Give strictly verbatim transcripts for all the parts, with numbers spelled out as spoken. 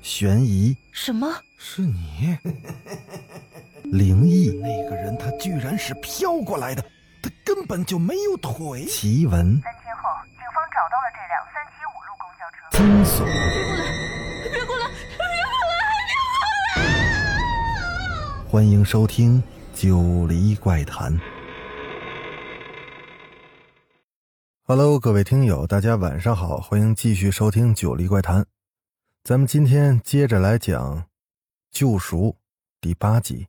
悬疑， 什么？ 是你？ 灵异， 那个人他居然是飘过来的，他根本就没有腿。 奇闻， 三天后，警方找到了这辆三七五路公交车。 惊悚， 别过来！别过来！别过来！别过来！ 欢迎收听《九黎怪谈》。Hello， 各位听友，大家晚上好，欢迎继续收听《九黎怪谈》。咱们今天接着来讲《救赎》第八集。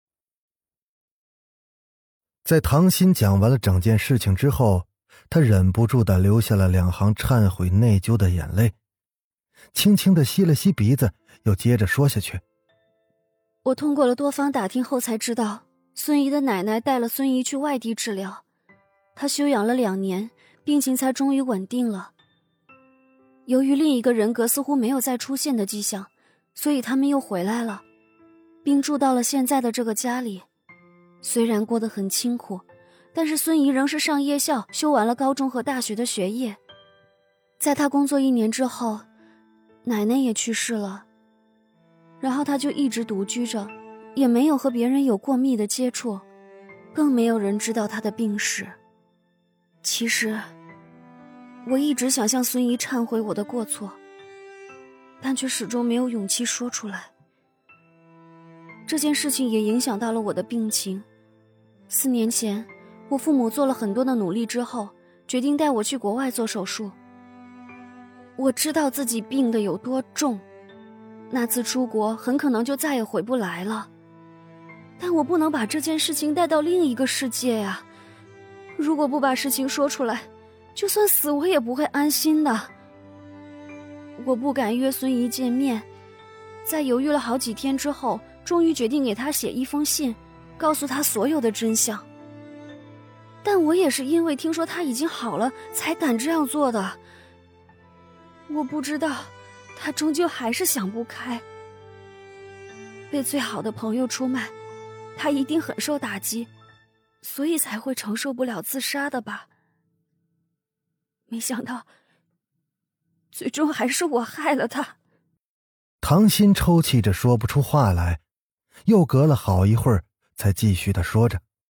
在唐鑫讲完了整件事情之后，他忍不住地流下了两行忏悔内疚的眼泪，轻轻地吸了吸鼻子，又接着说下去。 我通过了多方打听后才知道，孙怡的奶奶带了孙怡去外地治疗，她休养了两年，病情才终于稳定了。由于另一个人格似乎没有再出现的迹象，所以他们又回来了，并住到了现在的这个家里。虽然过得很清苦，但是孙怡仍是上夜校，修完了高中和大学的学业。在她工作一年之后，奶奶也去世了，然后她就一直独居着，也没有和别人有过密的接触，更没有人知道她的病史。其实我一直想向孙怡忏悔我的过错，但却始终没有勇气说出来。这件事情也影响到了我的病情。四年前，我父母做了很多的努力之后，决定带我去国外做手术。我知道自己病得有多重，那次出国很可能就再也回不来了，但我不能把这件事情带到另一个世界呀。如果不把事情说出来，就算死我也不会安心的。我不敢约孙怡见面，在犹豫了好几天之后，终于决定给她写一封信，告诉她所有的真相。但我也是因为听说她已经好了，才敢这样做的。我不知道，她终究还是想不开。被最好的朋友出卖，她一定很受打击，所以才会承受不了自杀的吧。没想到最终还是我害了他。 唐鑫抽泣着说不出话来，又隔了好一会儿才继续地说着。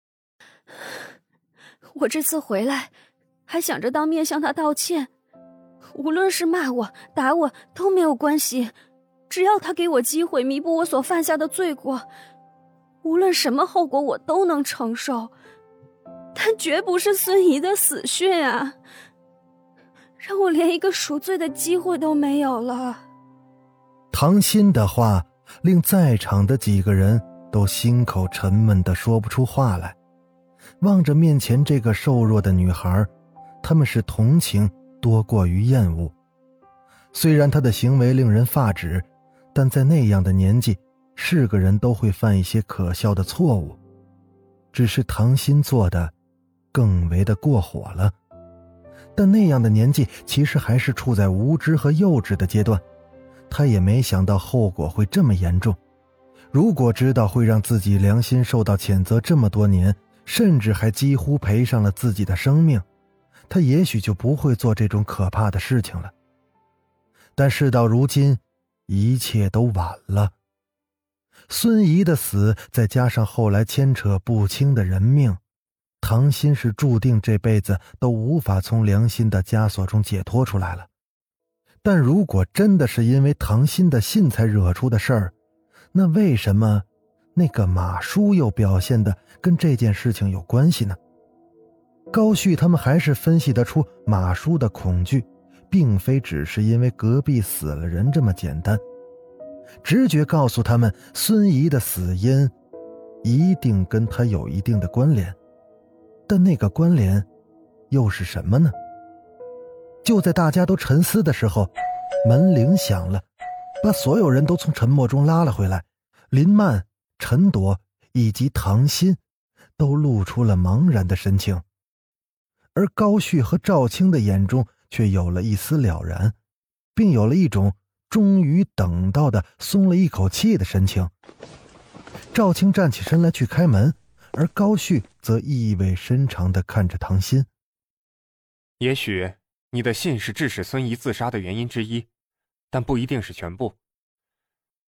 我这次回来还想着当面向他道歉，无论是骂我打我都没有关系，只要他给我机会弥补我所犯下的罪过，无论什么后果我都能承受，但绝不是孙怡的死讯啊，让我连一个赎罪的机会都没有了。 唐鑫的话令在场的几个人都心口沉闷地说不出话来，望着面前这个瘦弱的女孩，他们是同情多过于厌恶。虽然她的行为令人发指，但在那样的年纪，是个人都会犯一些可笑的错误，只是唐鑫做的更为的过火了。但那样的年纪其实还是处在无知和幼稚的阶段，他也没想到后果会这么严重。如果知道会让自己良心受到谴责这么多年，甚至还几乎赔上了自己的生命，他也许就不会做这种可怕的事情了。但事到如今，一切都晚了。孙怡的死，再加上后来牵扯不清的人命，唐鑫是注定这辈子都无法从良心的枷锁中解脱出来了。但如果真的是因为唐鑫的信才惹出的事儿，那为什么那个马叔又表现的跟这件事情有关系呢？高旭他们还是分析得出马叔的恐惧并非只是因为隔壁死了人这么简单，直觉告诉他们孙怡的死因一定跟他有一定的关联，但那个关联又是什么呢？就在大家都沉思的时候，门铃响了，把所有人都从沉默中拉了回来。林曼、陈朵以及唐鑫都露出了茫然的神情，而高旭和赵青的眼中却有了一丝了然，并有了一种终于等到的松了一口气的神情。赵青站起身来去开门，而高旭则意味深长地看着唐鑫。 也许你的信是致使孙怡自杀的原因之一，但不一定是全部。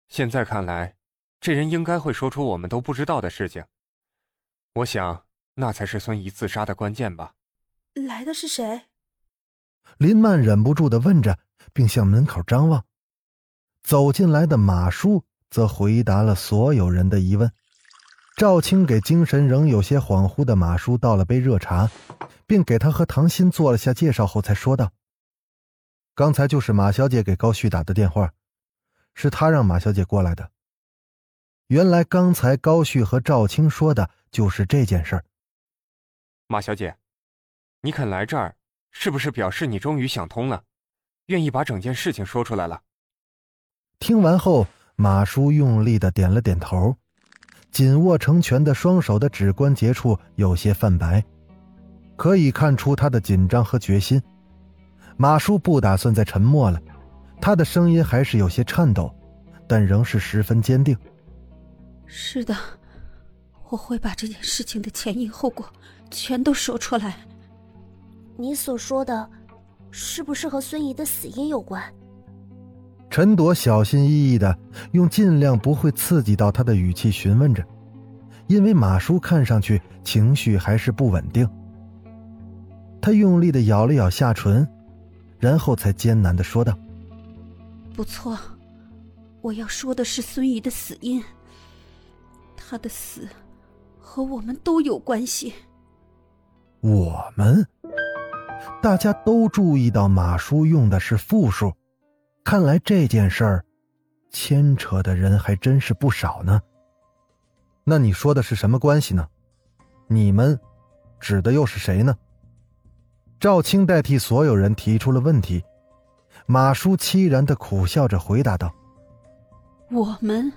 现在看来，这人应该会说出我们都不知道的事情。我想，那才是孙怡自杀的关键吧。 来的是谁？ 林曼忍不住地问着，并向门口张望。走进来的马叔则回答了所有人的疑问。赵青给精神仍有些恍惚的马叔倒了杯热茶，并给他和唐鑫做了下介绍后才说道：刚才就是马小姐给高旭打的电话，是他让马小姐过来的。原来刚才高旭和赵青说的就是这件事儿。 马小姐，你肯来这儿，是不是表示你终于想通了，愿意把整件事情说出来了？ 听完后，马叔用力地点了点头，紧握成拳的双手的指关节处有些泛白，可以看出他的紧张和决心。马叔不打算再沉默了，他的声音还是有些颤抖，但仍是十分坚定。 是的，我会把这件事情的前因后果全都说出来。 你所说的是不是和孙怡的死因有关？ 陈朵小心翼翼地用尽量不会刺激到他的语气询问着，因为马叔看上去情绪还是不稳定。他用力地咬了咬下唇，然后才艰难地说道： 不错，我要说的是孙怡的死因。她的死和我们都有关系。 我们？大家都注意到马叔用的是复数，看来这件事儿牵扯的人还真是不少呢。那你说的是什么关系呢？你们指的又是谁呢？赵青代替所有人提出了问题。马叔凄然地苦笑着回答道： 我们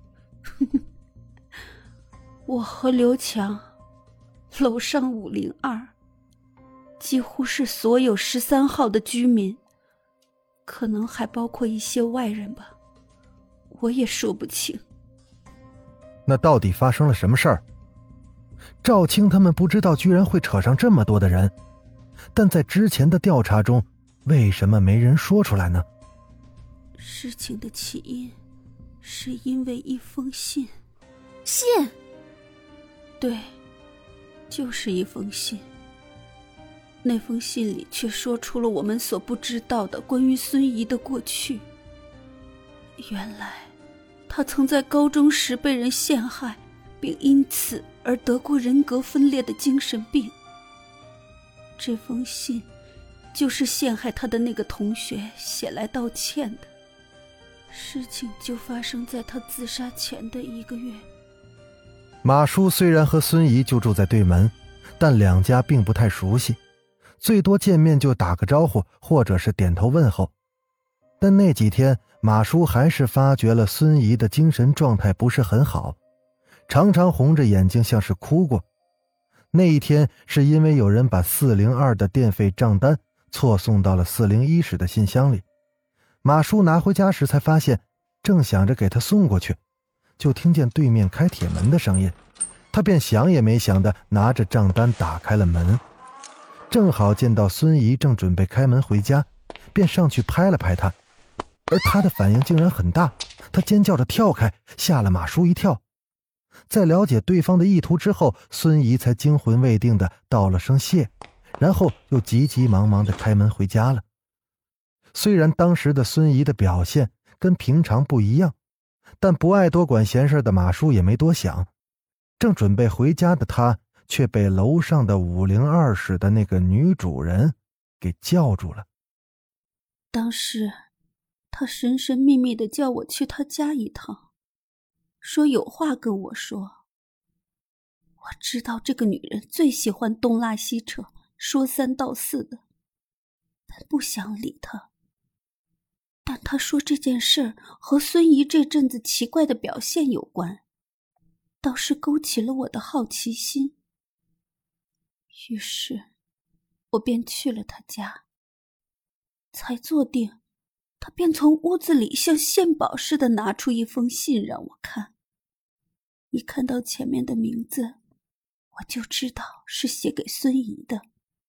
我和刘强，楼上五零二，几乎是所有十三号的居民，可能还包括一些外人吧，我也说不清。 那到底发生了什么事儿？赵青他们不知道居然会扯上这么多的人，但在之前的调查中，为什么没人说出来呢？ 事情的起因是因为一封信。 信？ 对，就是一封信。那封信里却说出了我们所不知道的关于孙怡的过去。原来她曾在高中时被人陷害，并因此而得过人格分裂的精神病。这封信就是陷害她的那个同学写来道歉的。事情就发生在她自杀前的一个月。 马叔虽然和孙怡就住在对门，但两家并不太熟悉，最多见面就打个招呼，或者是点头问候。但那几天马叔还是发觉了孙怡的精神状态不是很好，常常红着眼睛像是哭过。那一天是因为有人把四零二的电费账单错送到了四零一室的信箱里，马叔拿回家时才发现，正想着给他送过去，就听见对面开铁门的声音，他便想也没想的拿着账单打开了门，正好见到孙怡正准备开门回家，便上去拍了拍他，而他的反应竟然很大，他尖叫着跳开，吓了马叔一跳。在了解对方的意图之后，孙怡才惊魂未定的道了声谢，然后又急急忙忙的开门回家了。虽然当时的孙怡的表现跟平常不一样，但不爱多管闲事的马叔也没多想，正准备回家的他却被楼上的五零二室的那个女主人给叫住了。 当时他神神秘秘地叫我去他家一趟，说有话跟我说。我知道这个女人最喜欢东拉西扯，说三道四的，但不想理她。但她说这件事和孙怡这阵子奇怪的表现有关，倒是勾起了我的好奇心。于是我便去了她家，才坐定，她便从屋子里像献宝似的拿出一封信让我看。一看到前面的名字，我就知道是写给孙怡的。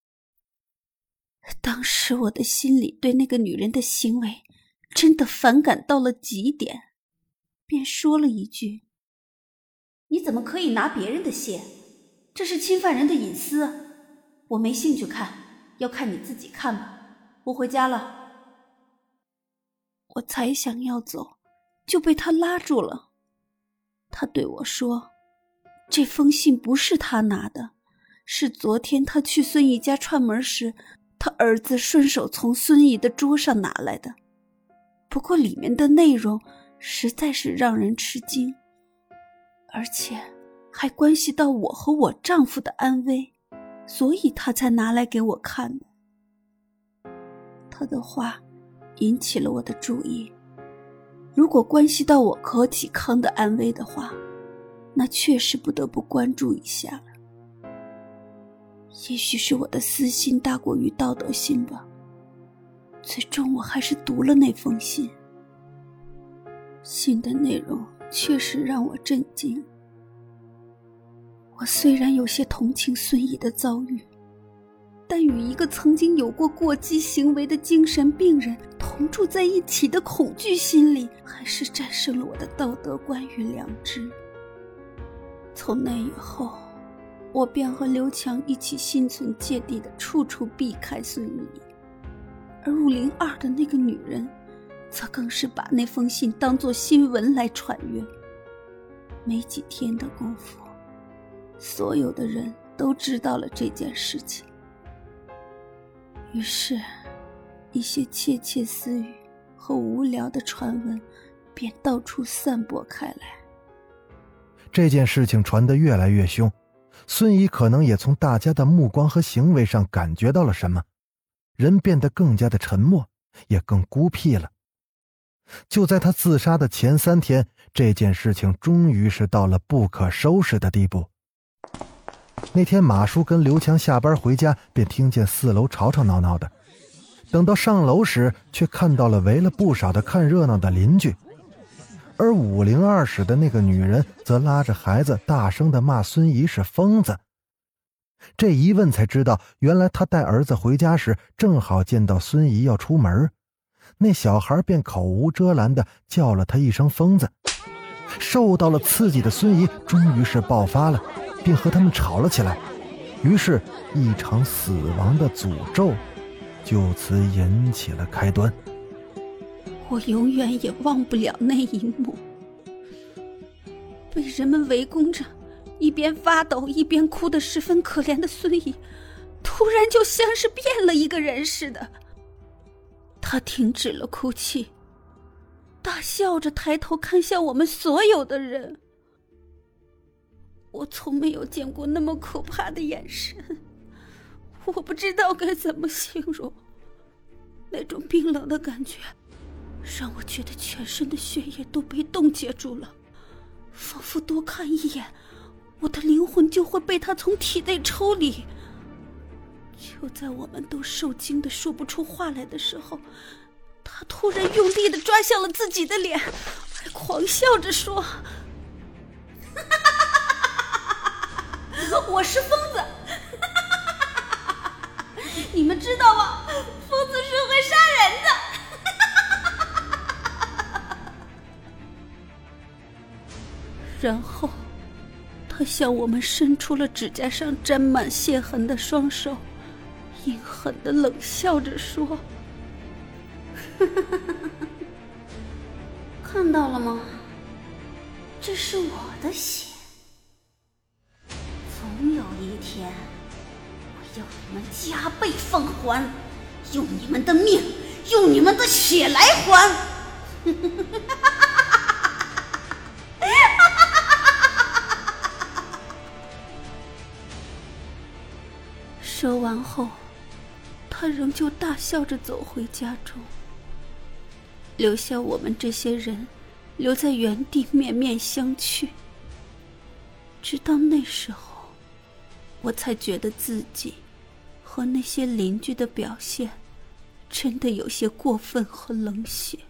当时我的心里对那个女人的行为真的反感到了极点。 便说了一句：“你怎么可以拿别人的血？这是侵犯人的隐私，我没兴趣看，要看你自己看吧，我回家了。”我才想要走，就被他拉住了。他对我说，这封信不是他拿的，是昨天他去孙姨家串门时，他儿子顺手从孙姨的桌上拿来的。不过里面的内容实在是让人吃惊，而且还关系到我和我丈夫的安危，所以他才拿来给我看的。他的话引起了我的注意，如果关系到我何启康的安危的话，那确实不得不关注一下了。也许是我的私心大过于道德心吧，最终我还是读了那封信。信的内容确实让我震惊。我虽然有些同情孙姨的遭遇，但与一个曾经有过过激行为的精神病人同住在一起的恐惧心理，还是战胜了我的道德观与良知。从那以后，我便和刘强一起心存芥蒂的处处避开孙姨，而五零二的那个女人则更是把那封信当作新闻来传阅。没几天的功夫，所有的人都知道了这件事情，于是一些窃窃私语和无聊的传闻便到处散播开来。 这件事情传得越来越凶，孙姨可能也从大家的目光和行为上感觉到了什么，人变得更加的沉默，也更孤僻了。就在她自杀的前三天，这件事情终于是到了不可收拾的地步。那天马叔跟刘强下班回家，便听见四楼吵吵闹闹的，等到上楼时，却看到了围了不少的看热闹的邻居。而五零二室的那个女人则拉着孩子大声地骂孙姨是疯子。这一问才知道，原来她带儿子回家时正好见到孙姨要出门，那小孩便口无遮拦地叫了她一声疯子。受到了刺激的孙姨终于是爆发了，并和他们吵了起来，于是一场死亡的诅咒就此引起了开端。 我永远也忘不了那一幕，被人们围攻着，一边发抖一边哭得十分可怜的孙姨，突然就像是变了一个人似的。她停止了哭泣，大笑着抬头看向我们所有的人。我从没有见过那么可怕的眼神，我不知道该怎么形容，那种冰冷的感觉让我觉得全身的血液都被冻结住了，仿佛多看一眼，我的灵魂就会被他从体内抽离。就在我们都受惊的说不出话来的时候，他突然用力地抓向了自己的脸，还狂笑着说：“我是疯子，你们知道吗？疯子是会杀人的。”然后他向我们伸出了指甲上沾满血痕的双手，阴狠地冷笑着说：“看到了吗？这是我的血。总有一天，我要你们加倍奉还，用你们的命，用你们的血来还。”说完后，他仍旧大笑着走回家中，留下我们这些人留在原地面面相觑。直到那时候，我才觉得自己和那些邻居的表现真的有些过分和冷血。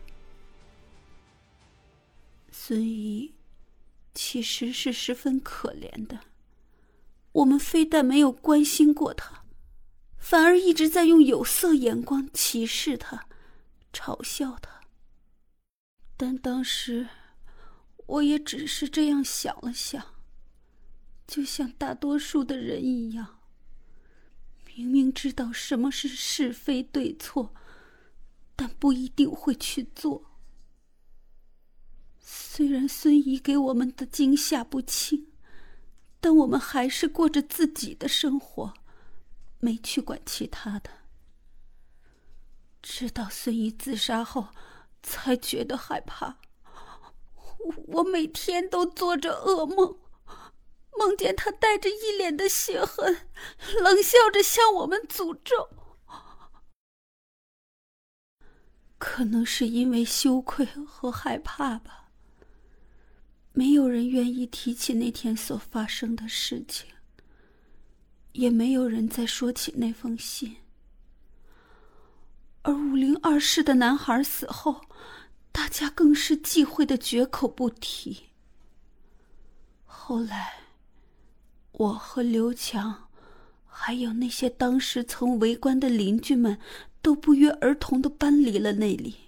孙姨其实是十分可怜的，我们非但没有关心过她，反而一直在用有色眼光歧视她，嘲笑她。但当时我也只是这样想了想，就像大多数的人一样，明明知道什么是是非对错，但不一定会去做。虽然孙姨给我们的惊吓不轻，但我们还是过着自己的生活，没去管其他的。直到孙姨自杀后，才觉得害怕。我每天都做着噩梦，梦见她带着一脸的血痕，冷笑着向我们诅咒。可能是因为羞愧和害怕吧，没有人愿意提起那天所发生的事情，也没有人再说起那封信。而五零二室的男孩死后，大家更是忌讳的绝口不提。后来，我和刘强，还有那些当时曾围观的邻居们，都不约而同地搬离了那里。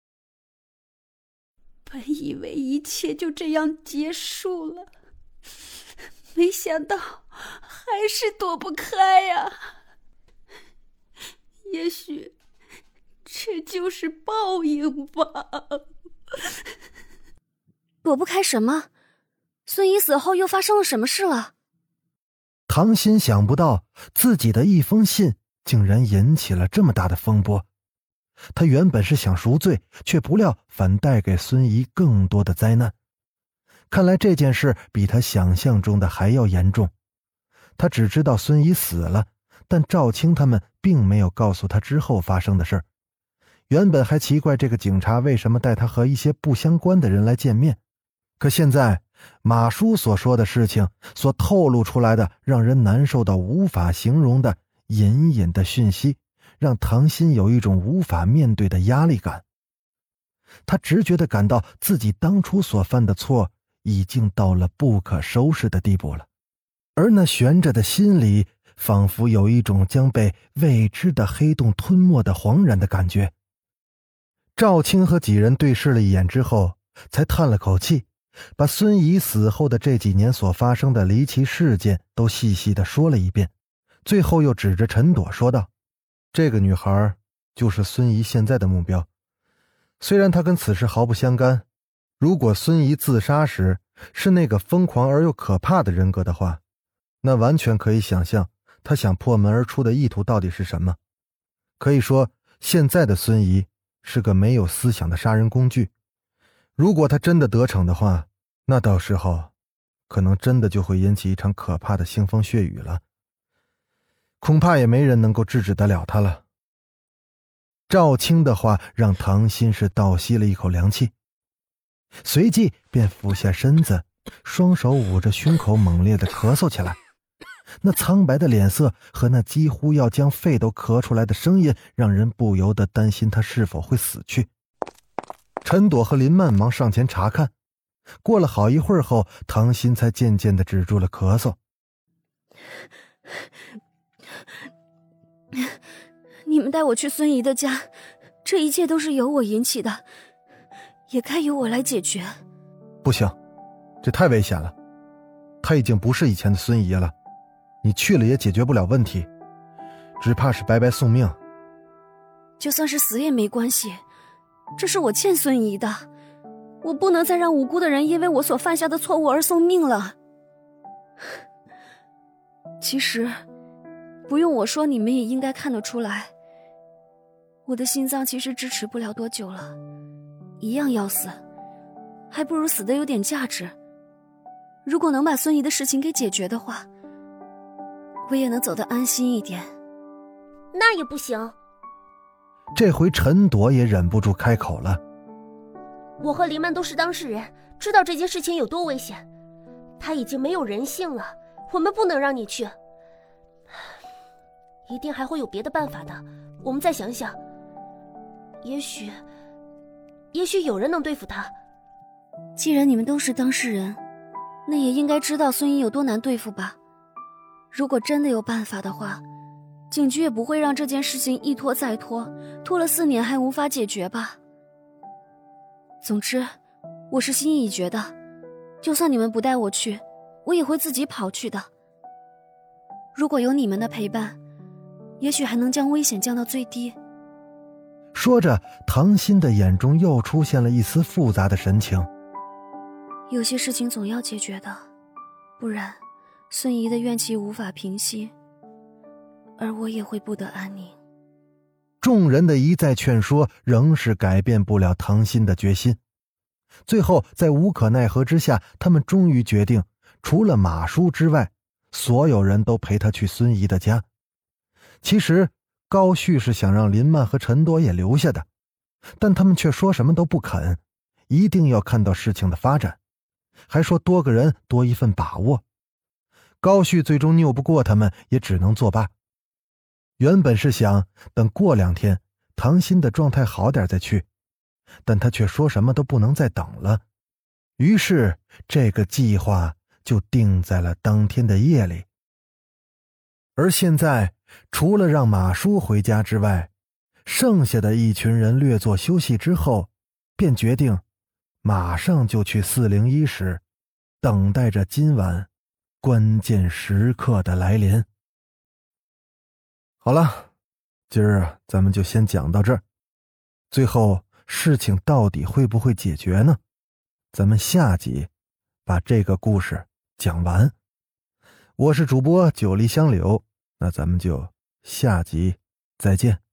本以为一切就这样结束了，没想到还是躲不开呀。也许这就是报应吧。 躲不开什么？孙姨死后又发生了什么事了？ 唐心想不到自己的一封信竟然引起了这么大的风波。他原本是想赎罪，却不料反带给孙姨更多的灾难。看来这件事比他想象中的还要严重。他只知道孙姨死了，但赵青他们并没有告诉他之后发生的事。原本还奇怪这个警察为什么带他和一些不相关的人来见面，可现在马叔所说的事情所透露出来的让人难受到无法形容的隐隐的讯息，让唐心有一种无法面对的压力感。他直觉地感到自己当初所犯的错已经到了不可收拾的地步了，而那悬着的心里仿佛有一种将被未知的黑洞吞没的惶然的感觉。赵青和几人对视了一眼之后，才叹了口气，把孙姨死后的这几年所发生的离奇事件都细细地说了一遍，最后又指着陈朵说道：这个女孩就是孙姨现在的目标。虽然她跟此事毫不相干，如果孙姨自杀时是那个疯狂而又可怕的人格的话，那完全可以想象她想破门而出的意图到底是什么。可以说，现在的孙姨是个没有思想的杀人工具。如果她真的得逞的话，那到时候可能真的就会引起一场可怕的腥风血雨了，恐怕也没人能够制止得了她了。赵青的话让唐心是倒吸了一口凉气，随即便俯下身子，双手捂着胸口猛烈地咳嗽起来。那苍白的脸色和那几乎要将肺都咳出来的声音，让人不由得担心他是否会死去。陈朵和林曼忙上前查看，过了好一会儿后，唐心才渐渐地止住了咳嗽。 你们带我去孙姨的家，这一切都是由我引起的，也该由我来解决。 不行，这太危险了，她已经不是以前的孙姨了，你去了也解决不了问题，只怕是白白送命。 就算是死也没关系，这是我欠孙姨的，我不能再让无辜的人因为我所犯下的错误而送命了。其实不用我说，你们也应该看得出来，我的心脏其实支持不了多久了，一样要死，还不如死得有点价值。如果能把孙姨的事情给解决的话，我也能走得安心一点。 那也不行。 这回陈朵也忍不住开口了。 我和黎曼都是当事人，知道这件事情有多危险，他已经没有人性了，我们不能让你去。一定还会有别的办法的，我们再想想。也许也许有人能对付他。 既然你们都是当事人，那也应该知道孙姨有多难对付吧。如果真的有办法的话，警局也不会让这件事情一拖再拖，拖了四年还无法解决吧。总之，我是心意已决的， 就算你们不带我去，我也会自己跑去的。如果有你们的陪伴，也许还能将危险降到最低。 说着，唐心的眼中又出现了一丝复杂的神情。 有些事情总要解决的，不然孙怡的怨气无法平息，而我也会不得安宁。 众人的一再劝说仍是改变不了唐心的决心。最后在无可奈何之下，他们终于决定，除了马叔之外，所有人都陪他去孙怡的家。其实高旭是想让林曼和陈多也留下的，但他们却说什么都不肯，一定要看到事情的发展，还说多个人多一份把握。高旭最终拗不过他们，也只能作罢。原本是想等过两天唐心的状态好点再去，但他却说什么都不能再等了，于是这个计划就定在了当天的夜里。而现在除了让马叔回家之外，剩下的一群人略作休息之后，便决定马上就去四零一室，等待着今晚关键时刻的来临。好了，今儿咱们就先讲到这儿。最后事情到底会不会解决呢？咱们下集把这个故事讲完。我是主播九黎香柳，那咱们就下集再见。